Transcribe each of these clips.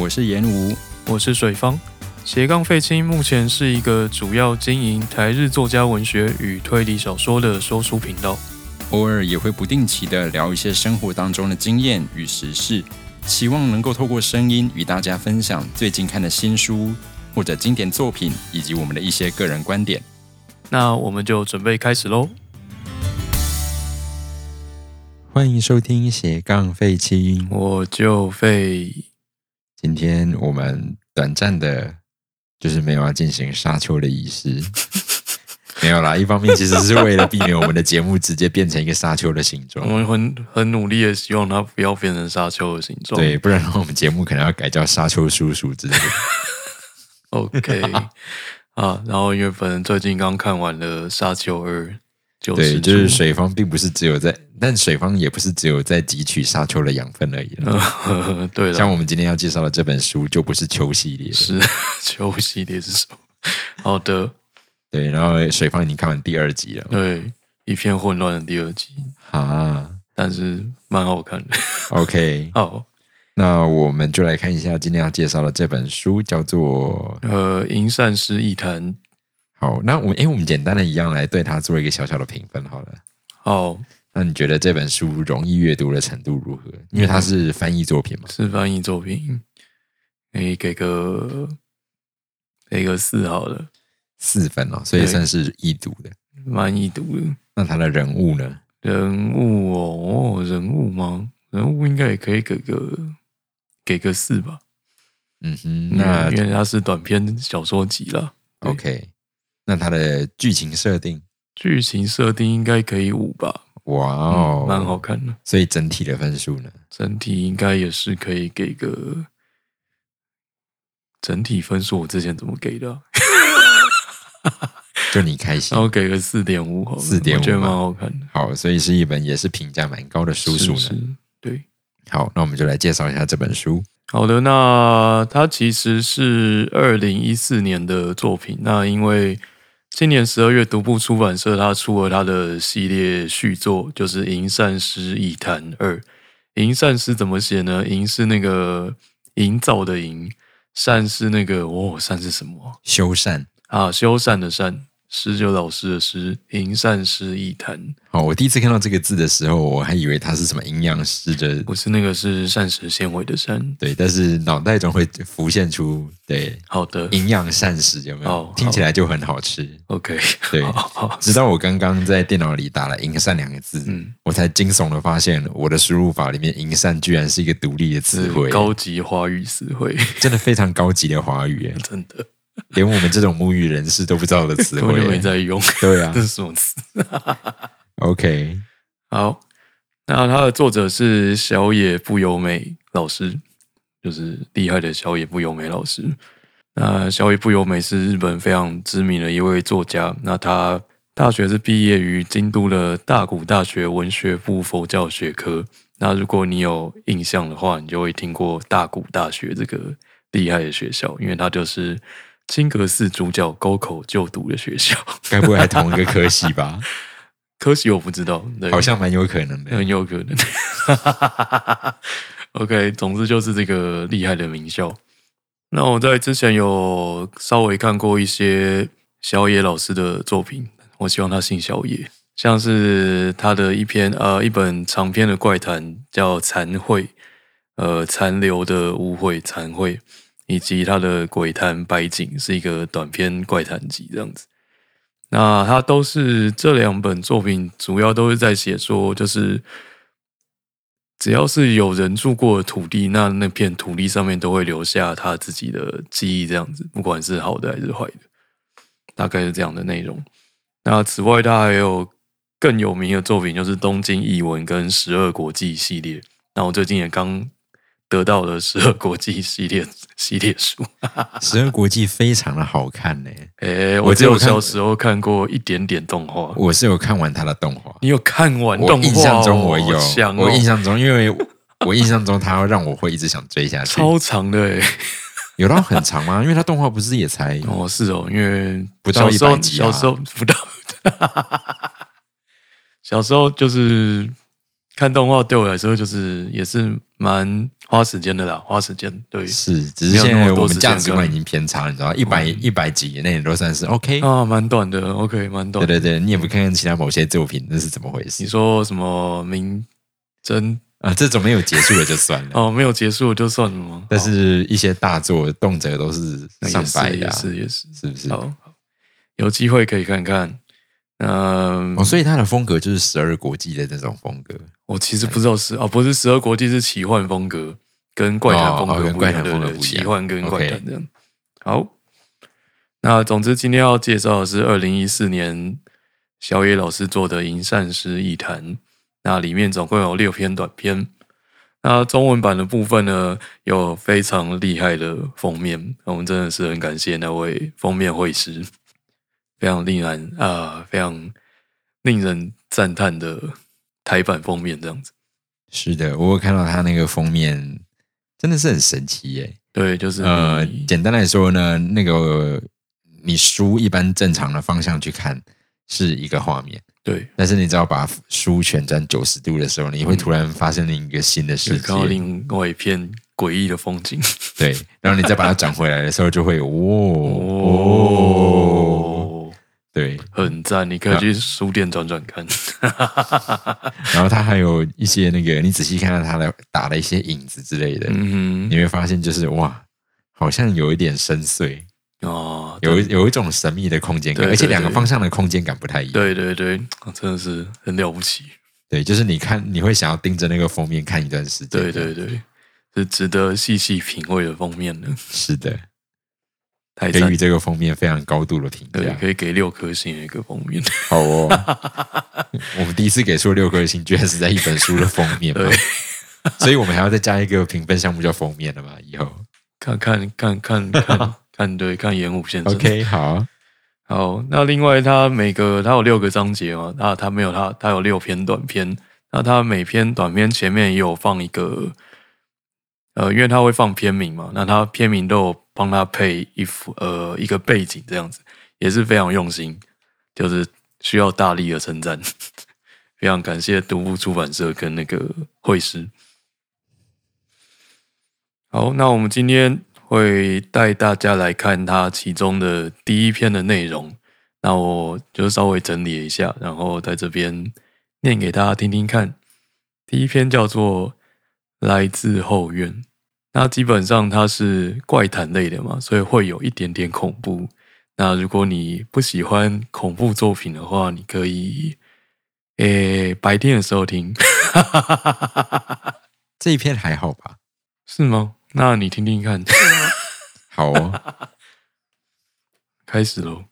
我是严吴， 我是水方。斜杠废青目前是一个主要经营台日作家文学与推理小说的说书频道， 偶尔也会不定期的聊一些生活当中的经验与时事，希望能够透过声音与大家分享最近看的新书或者经典作品，以及我们的一些个人观点。 那我们就准备开始咯。 欢迎收听斜杠废青， 我就废。 今天我们短暂的就是没有要进行沙丘的仪式没有啦，一方面其实是为了避免我们的节目直接变成一个沙丘的形状， 我们很努力的希望它不要变成沙丘的形状， 对，不然我们节目可能要改叫沙丘叔叔之类的 OK 啊，然后因为本人最近刚看完了沙丘2， 对，就是水方并不是只有在，但水方也不是只有在汲取沙丘的养分而已了。 对了， 像我们今天要介绍的这本书就不是秋系列的， 是秋系列是什么？好的， 对，然后水方已经看完第2集了， 对，一片混乱的第2集啊， 但是蛮好看的。 OK， 好， 那我们就来看一下今天要介绍的这本书，叫做营善师一谈。 好，那我们简单的一样来对它做一个小小的评分好了。 好， 那你觉得这本书容易阅读的程度如何？因为它是翻译作品嘛， 是翻译作品，给个4好了 ，4分哦，所以算是易读的， 蛮易读的。 那它的人物呢？ 人物人物吗？人物应该也可以给个4吧。 嗯哼，那因为它是短篇小说集啦。 OK， 那它的剧情设定应该可以5吧。 哇哦， 蛮好看的。 所以整体的分数呢？ 整体应该也是可以给个整体分数，我之前怎么给的就你开心， 然后给个 4.5 好了 4.5， 我觉得蛮好看的。 好，所以是一本也是评价蛮高的书呢。 是，对。 好，那我们就来介绍一下这本书。 好的，那它其实是2014年的作品。那因为今年12月，独步出版社它出了它的系列续作，就是《营善师一谈2》。营善师怎么写呢？营是那个营造的营，善是那个善是什么？ 修缮啊，修缮的缮，师就老师的师，营善师一谈。 好，我第一次看到这个字的时候，我还以为它是什么营养师的， 不是，那个是膳食纤维的膳。 对，但是脑袋中会浮现出对， 好的， 营养膳食有没有？听起来就很好吃。 OK， 对，直到我刚刚在电脑里打了营善2个字，我才惊悚的发现我的输入法里面营善居然是一个独立的词汇， 高级华语词汇， 真的非常高级的华语耶， 真的。 连我们这种母语人士都不知道的词汇， 根本就没在用。 对啊， 这是什么词 ？OK， 好，那他的作者是小野不由美老师，就是厉害的小野不由美老师。那小野不由美是日本非常知名的一位作家。那他大学是毕业于京都的大谷大学文学部佛教学科。那如果你有印象的话，你就会听过大谷大学这个厉害的学校，因为它就是清阁寺主角沟口就读的学校。 该不会还同一个科系吧？ 科系我不知道， 好像蛮有可能的， 很有可能。OK， 总之就是这个厉害的名校。那我在之前有稍微看过一些小野老师的作品，我希望他姓小野，像是他的一本长篇的怪谈叫《残秽》，残留的污秽残秽，以及他的鬼谈白景是一个短篇怪谈集这样子。那他都是这2本作品，主要都是在写说，就是只要是有人住过的土地，那片土地上面都会留下他自己的记忆，这样子，不管是好的还是坏的，大概是这样的内容。那此外，他还有更有名的作品，就是东京译文跟12国际系列。那我最近也刚得到了12国际系列书。 12国际非常的好看呢。 我只有小时候看过一点点动画。 我是有看完他的动画。 你有看完动画？ 我印象中我有，我印象中，因为我印象中他让我会一直想追下去。 超长的耶。 有到很长吗？因为他动画不是也才是哦，因为不到100集啊。 小时候不到。小时候就是看动画对我来说就是也是蛮花时间的啦，花时间对。 是，只是现在我们价值观已经偏差，你知道，100集以内都算是 OK 啊，蛮短的 ，OK， 蛮短的。 对，你也不看看其他某些作品，那是怎么回事？ 你说什么名侦啊？这种没有结束的就算了哦，没有结束就算了吗？ 但是一些大作动辄都是上百的、 也是， 是不是？ 好，有机会可以看看。 所以它的风格就是12国际的这种风格。 我其实不知道不是12国际，是奇幻风格，跟怪谈风格跟怪谈风格不一样， 奇幻跟怪谈这样。好，那总之今天要介绍的是2014年小野老师做的《银善师一谈》，那里面总共有6篇短篇。那中文版的部分呢，有非常厉害的封面，我们真的是很感谢那位封面绘师。非常令人赞叹的台版封面这样子。 是的，我有看到他那个封面，真的是很神奇耶。 对，就是简单来说呢，那个你书一般正常的方向去看是一个画面， 对， 但是你只要把书旋转90度的时候，你会突然发现另一个新的世界， 看到另外一片诡异的风景。 对，然后你再把它转回来的时候，就会对， 很赞，你可以去书店转转看。 然后它还有一些那个，你仔细看到它的打了一些影子之类的，你会发现就是哇，好像有一点深邃哦，有一种神秘的空间感，而且两个方向的空间感不太一样。 对，真的是很了不起。 对，就是你看，你会想要盯着那个封面看一段时间。 对，是值得细细品味的封面的。 是的。给予这个封面非常高度的评价， 对，可以给6颗星的一个封面。 好哦，我们第一次给出6颗星，居然是在一本书的封面嘛？ 对， 所以我们还要再加一个评分项目叫封面了嘛？以后看岩虎先生。 OK， 好， 那另外它有6个章节嘛？它没有它有6篇短篇，那它每篇短篇前面也有放一个。因为它会放片名嘛，那它片名都有帮它配一个背景，这样子也是非常用心，就是需要大力的称赞。非常感谢读物出版社跟那个绘师。好，那我们今天会带大家来看它其中的第一篇的内容，那我就稍微整理一下，然后在这边念给大家听听看。第一篇叫做来自后院，那基本上它是怪谈类的嘛，所以会有一点点恐怖。那如果你不喜欢恐怖作品的话，你可以白天的时候听。 这一篇还好吧？ 是吗？那你听听看。 好哦， 开始咯。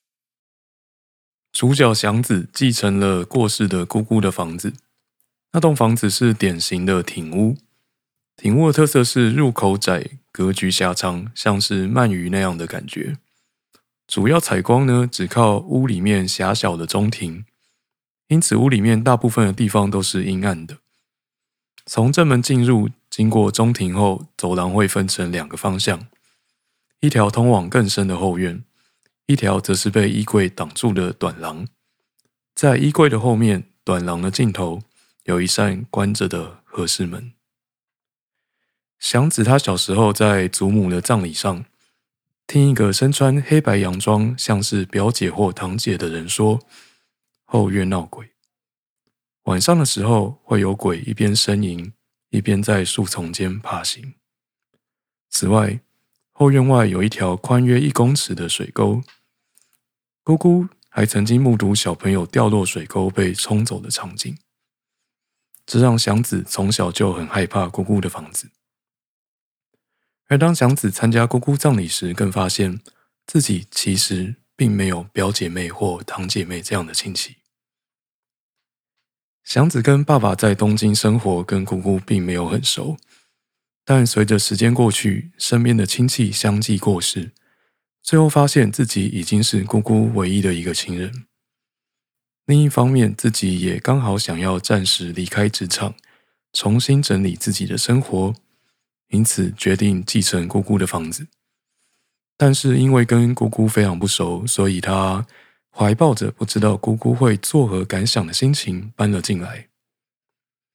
主角祥子继承了过世的姑姑的房子。那栋房子是典型的町屋，町屋的特色是入口窄，格局狭长，像是鳗鱼那样的感觉。主要采光呢，只靠屋里面狭小的中庭，因此屋里面大部分的地方都是阴暗的。从正门进入，经过中庭后，走廊会分成2个方向，一条通往更深的后院，一条则是被衣柜挡住的短廊。在衣柜的后面，短廊的尽头有一扇关着的和室门。祥子他小时候在祖母的葬礼上，听一个身穿黑白洋装，像是表姐或堂姐的人说，后院闹鬼。晚上的时候会有鬼一边呻吟，一边在树丛间爬行。此外，后院外有一条宽约1公尺的水沟，姑姑还曾经目睹小朋友掉落水沟被冲走的场景。这让祥子从小就很害怕姑姑的房子。而当祥子参加姑姑葬礼时，更发现自己其实并没有表姐妹或堂姐妹这样的亲戚。祥子跟爸爸在东京生活，跟姑姑并没有很熟，但随着时间过去，身边的亲戚相继过世，最后发现自己已经是姑姑唯一的一个亲人。另一方面，自己也刚好想要暂时离开职场，重新整理自己的生活，因此决定继承姑姑的房子。但是因为跟姑姑非常不熟，所以他怀抱着不知道姑姑会作何感想的心情搬了进来。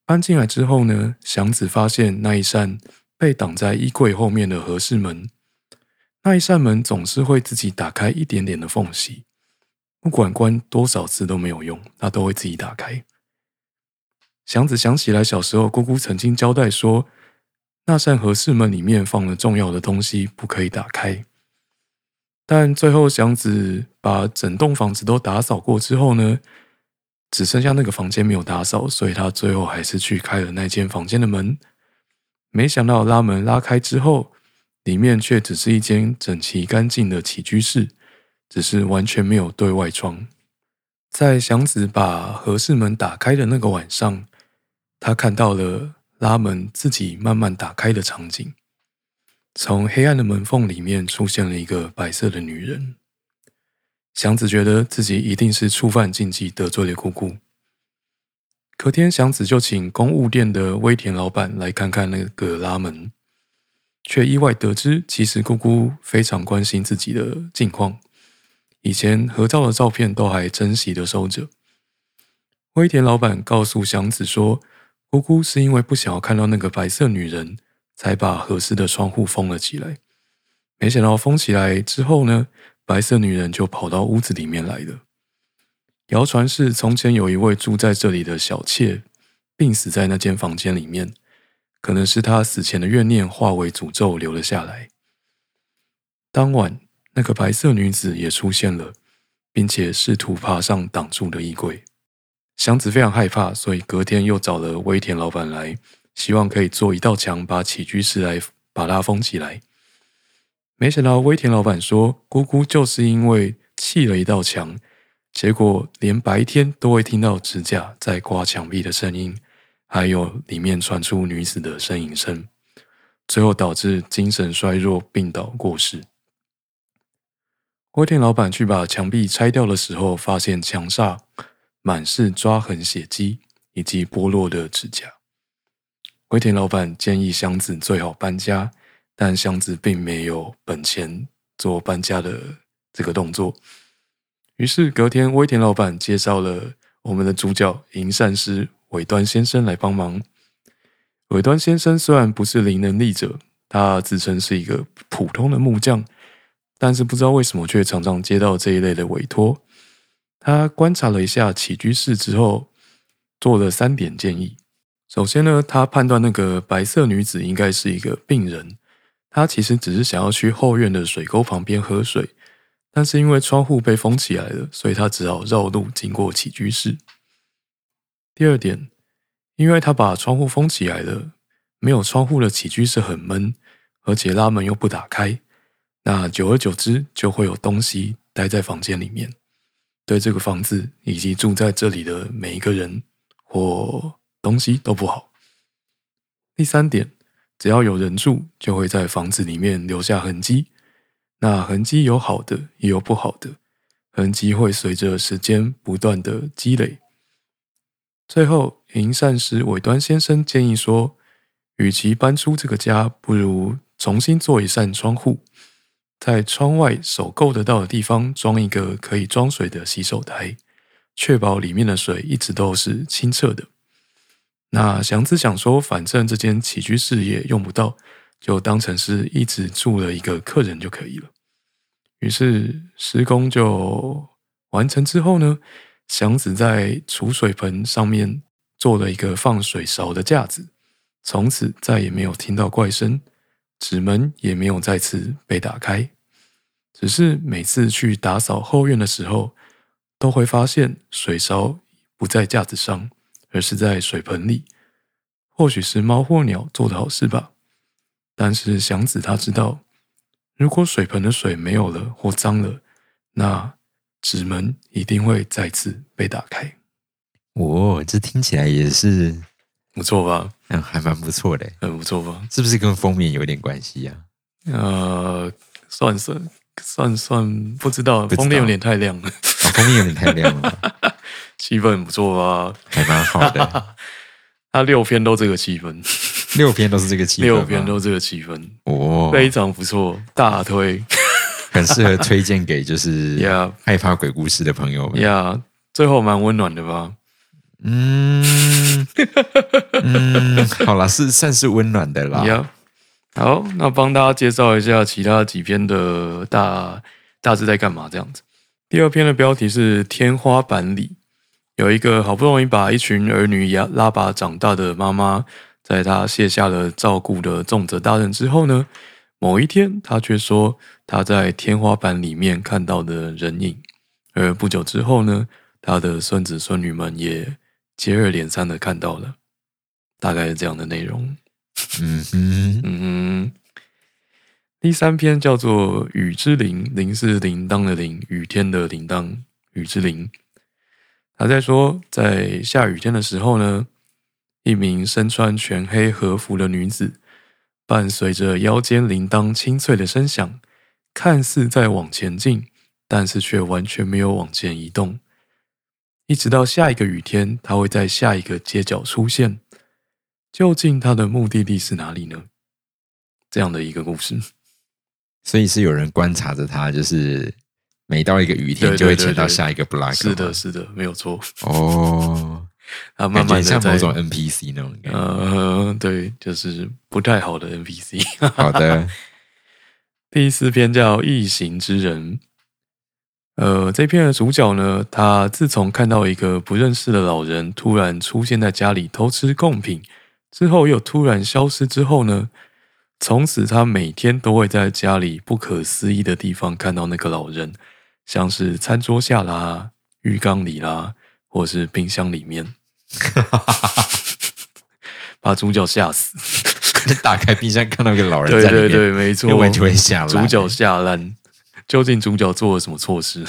搬进来之后呢，祥子发现那一扇被挡在衣柜后面的和室门，那一扇门总是会自己打开一点点的缝隙，不管关多少次都没有用，它都会自己打开。祥子想起来小时候姑姑曾经交代说，那扇和室门里面放了重要的东西，不可以打开。但最后祥子把整栋房子都打扫过之后呢，只剩下那个房间没有打扫，所以他最后还是去开了那间房间的门。没想到拉门拉开之后，里面却只是一间整齐干净的起居室，只是完全没有对外窗。在祥子把和室门打开的那个晚上，他看到了拉门自己慢慢打开的场景。从黑暗的门缝里面出现了一个白色的女人。祥子觉得自己一定是触犯禁忌，得罪了姑姑。隔天，祥子就请公务店的威田老板来看看那个拉门，却意外得知，其实姑姑非常关心自己的近况，以前合照的照片都还珍惜的收着。威田老板告诉祥子说，姑姑是因为不想要看到那个白色女人，才把和室的窗户封了起来。没想到封起来之后呢，白色女人就跑到屋子里面来了。谣传是从前有一位住在这里的小妾，病死在那间房间里面，可能是她死前的怨念化为诅咒留了下来。当晚，那个白色女子也出现了，并且试图爬上挡住的衣柜。祥子非常害怕，所以隔天又找了威田老板来，希望可以做一道墙把起居室来把它封起来。没想到威田老板说，姑姑就是因为砌了一道墙，结果连白天都会听到指甲在刮墙壁的声音，还有里面传出女子的呻吟声，最后导致精神衰弱病倒过世。威田老板去把墙壁拆掉的时候，发现墙上满是抓痕血迹以及剥落的指甲。威田老板建议祥子最好搬家，但祥子并没有本钱做搬家的这个动作。于是隔天，威田老板介绍了我们的主角银善师尾端先生来帮忙。尾端先生虽然不是灵能力者，他自称是一个普通的木匠，但是不知道为什么却常常接到这一类的委托。他观察了一下起居室之后，做了3点建议。首先呢，他判断那个白色女子应该是一个病人，她其实只是想要去后院的水沟旁边喝水，但是因为窗户被封起来了，所以她只好绕路经过起居室。第二点，因为她把窗户封起来了，没有窗户的起居室很闷，而且拉门又不打开，那久而久之就会有东西待在房间里面，对这个房子以及住在这里的每一个人或东西都不好。第3点，只要有人住，就会在房子里面留下痕迹，那痕迹有好的也有不好的，痕迹会随着时间不断的积累。最后，银善师尾端先生建议说，与其搬出这个家，不如重新做一扇窗户，在窗外手够得到的地方装一个可以装水的洗手台，确保里面的水一直都是清澈的。那祥子想说，反正这间起居室也用不到，就当成是一直住了一个客人就可以了。于是施工就完成之后呢，祥子在储水盆上面做了一个放水勺的架子，从此再也没有听到怪声，纸门也没有再次被打开。只是每次去打扫后院的时候，都会发现水勺不在架子上，而是在水盆里。或许是猫或鸟做的好事吧，但是祥子他知道，如果水盆的水没有了或脏了，那纸门一定会再次被打开。 这听起来也是不错吧？ 还蛮不错的， 很不错吧？ 是不是跟封面有点关系啊？ 算不知道，封面有点太亮了。 封面有点太亮了。 气氛很不错吧？ 还蛮好的。 他6篇都这个气氛 ，6篇都是这个气氛 ，6篇都这个气氛，非常不错，大推， 很适合推荐给就是害怕鬼故事的朋友们。 最后蛮温暖的吧？ 好啦，算是温暖的啦。 Yeah. 好，那帮大家介绍一下其他几篇的大致在干嘛这样子。第二篇的标题是天花板里，有一个好不容易把一群儿女拉拔长大的妈妈，在她卸下了照顾的重责大任之后呢，某一天她却说她在天花板里面看到的人影，而不久之后呢，她的孙子孙女们也接二连三的看到了，大概是这样的内容。第三篇叫做雨之铃，铃是铃铛的铃，雨天的铃铛，雨之铃。他在说，在下雨天的时候呢，一名身穿全黑和服的女子，伴随着腰间铃铛清脆的声响，看似在往前进，但是却完全没有往前移动。一直到下一个雨天，她会在下一个街角出现。究竟她的目的地是哪里呢？这样的一个故事。 所以是有人观察着他，就是每到一个雨天就会迁到下一个 block。 是的，是的，没有错。 哦， 他慢慢的像某种 NPC 那种感觉。 对，就是不太好的 NPC。 好的。 第四篇叫《异形之人》。这篇的主角呢，他自从看到一个不认识的老人突然出现在家里偷吃贡品，之后又突然消失之后呢，从此他每天都会在家里不可思议的地方看到那个老人，像是餐桌下啦、浴缸里啦，或是冰箱里面。把主角吓死。 打开冰箱看到一个老人在里面， 对，没错， 完全会吓烂。 主角吓烂，究竟主角做了什么错事？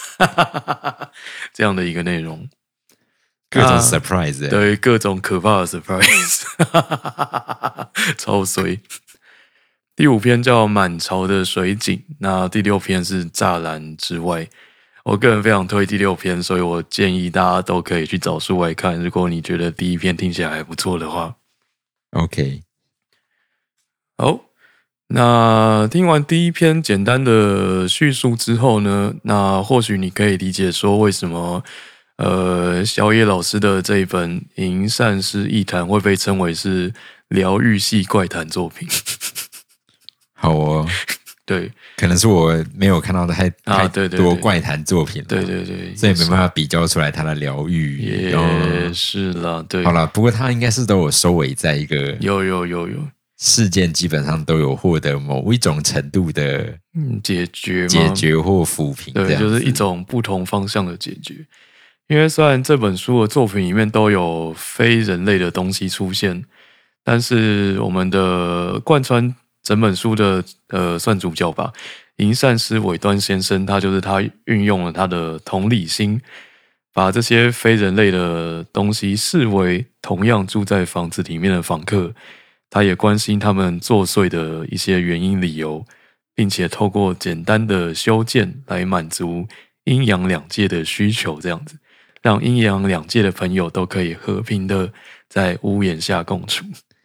这样的一个内容， 各种 surprise， 对，各种可怕的 surprise， 超衰。第五篇叫满潮的水井，那第六篇是栅栏之外。我个人非常推第六篇，所以我建议大家都可以去找书来看。如果你觉得第一篇听起来还不错的话 ，OK。 好，那听完第一篇简单的叙述之后呢，那或许你可以理解说为什么小野老师的这一本《银善师异谈》会被称为是疗愈系怪谈作品。 好哦， 对， 可能是我没有看到太多怪谈作品， 对， 所以没办法比较出来它的疗愈。 也是啦，对， 好啦，不过它应该是都有收尾在一个有事件，基本上都有获得某一种程度的解决或抚平， 对，就是一种不同方向的解决。因为虽然这本书的作品里面都有非人类的东西出现，但是我们的贯穿整本书的算主角吧，银善师尾端先生，他运用了他的同理心，把这些非人类的东西视为同样住在房子里面的访客，他也关心他们作祟的一些原因理由，并且透过简单的修建来满足阴阳两界的需求，这样子让阴阳两界的朋友都可以和平的在屋檐下共处。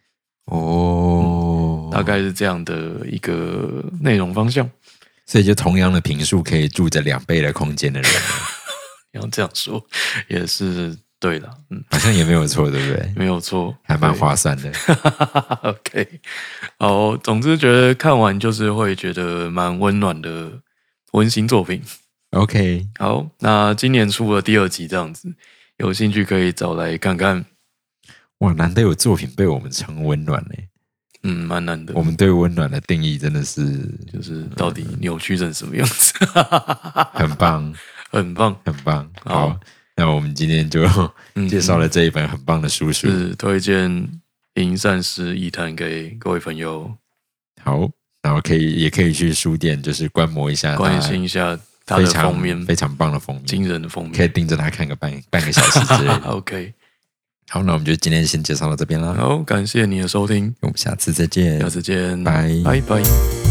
大概是这样的一个内容方向。 所以就同样的坪数可以住着2倍的空间的人， 要这样说也是对的， 好像也没有错，对不对？ 没有错， 还蛮划算的。 OK， 好，总之觉得看完就是会觉得蛮温暖的温馨作品。 OK， 好，那今年出了第2集这样子，有兴趣可以找来看看。 哇，难得有作品被我们称温暖嘞。 蛮难的。 我们对温暖的定义真的是， 就是到底扭曲成什么样子？ 很棒， 很棒， 很棒。好，那我们今天就介绍了这一本很棒的书， 是推荐《银善师异谈》给各位朋友。 好，然后也可以去书店，就是观摩一下， 关心一下它的封面， 非常棒的封面， 惊人的封面， 可以盯着它看个半个小时之类的。 OK。 好，那我们就今天先介绍到这边啦。 好，感谢你的收听， 我们下次再见， 下次见， 拜拜拜。